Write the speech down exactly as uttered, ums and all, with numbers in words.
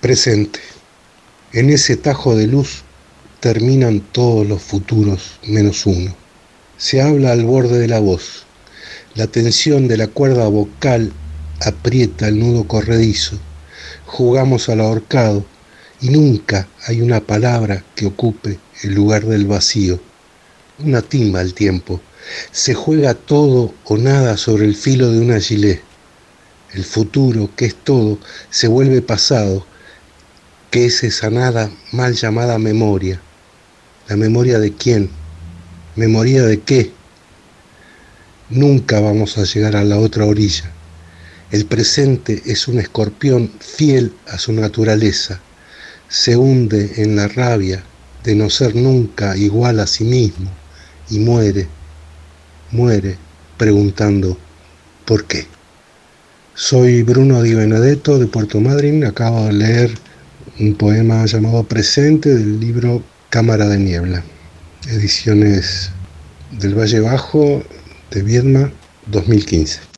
Presente. En ese tajo de luz terminan todos los futuros menos uno. Se habla al borde de la voz. La tensión de la cuerda vocal aprieta el nudo corredizo. Jugamos al ahorcado y nunca hay una palabra que ocupe el lugar del vacío. Una timba al tiempo. Se juega todo o nada sobre el filo de una gilet. El futuro, que es todo, se vuelve pasado, que es esa nada mal llamada memoria. ¿La memoria de quién? ¿Memoria de qué? Nunca vamos a llegar a la otra orilla. El presente es un escorpión fiel a su naturaleza. Se hunde en la rabia de no ser nunca igual a sí mismo y muere, muere preguntando ¿por qué? Soy Bruno Di Benedetto de Puerto Madryn. Acabo de leer un poema llamado Presente del libro Cámara de Niebla, ediciones del Valle Bajo de Viedma, dos mil quince.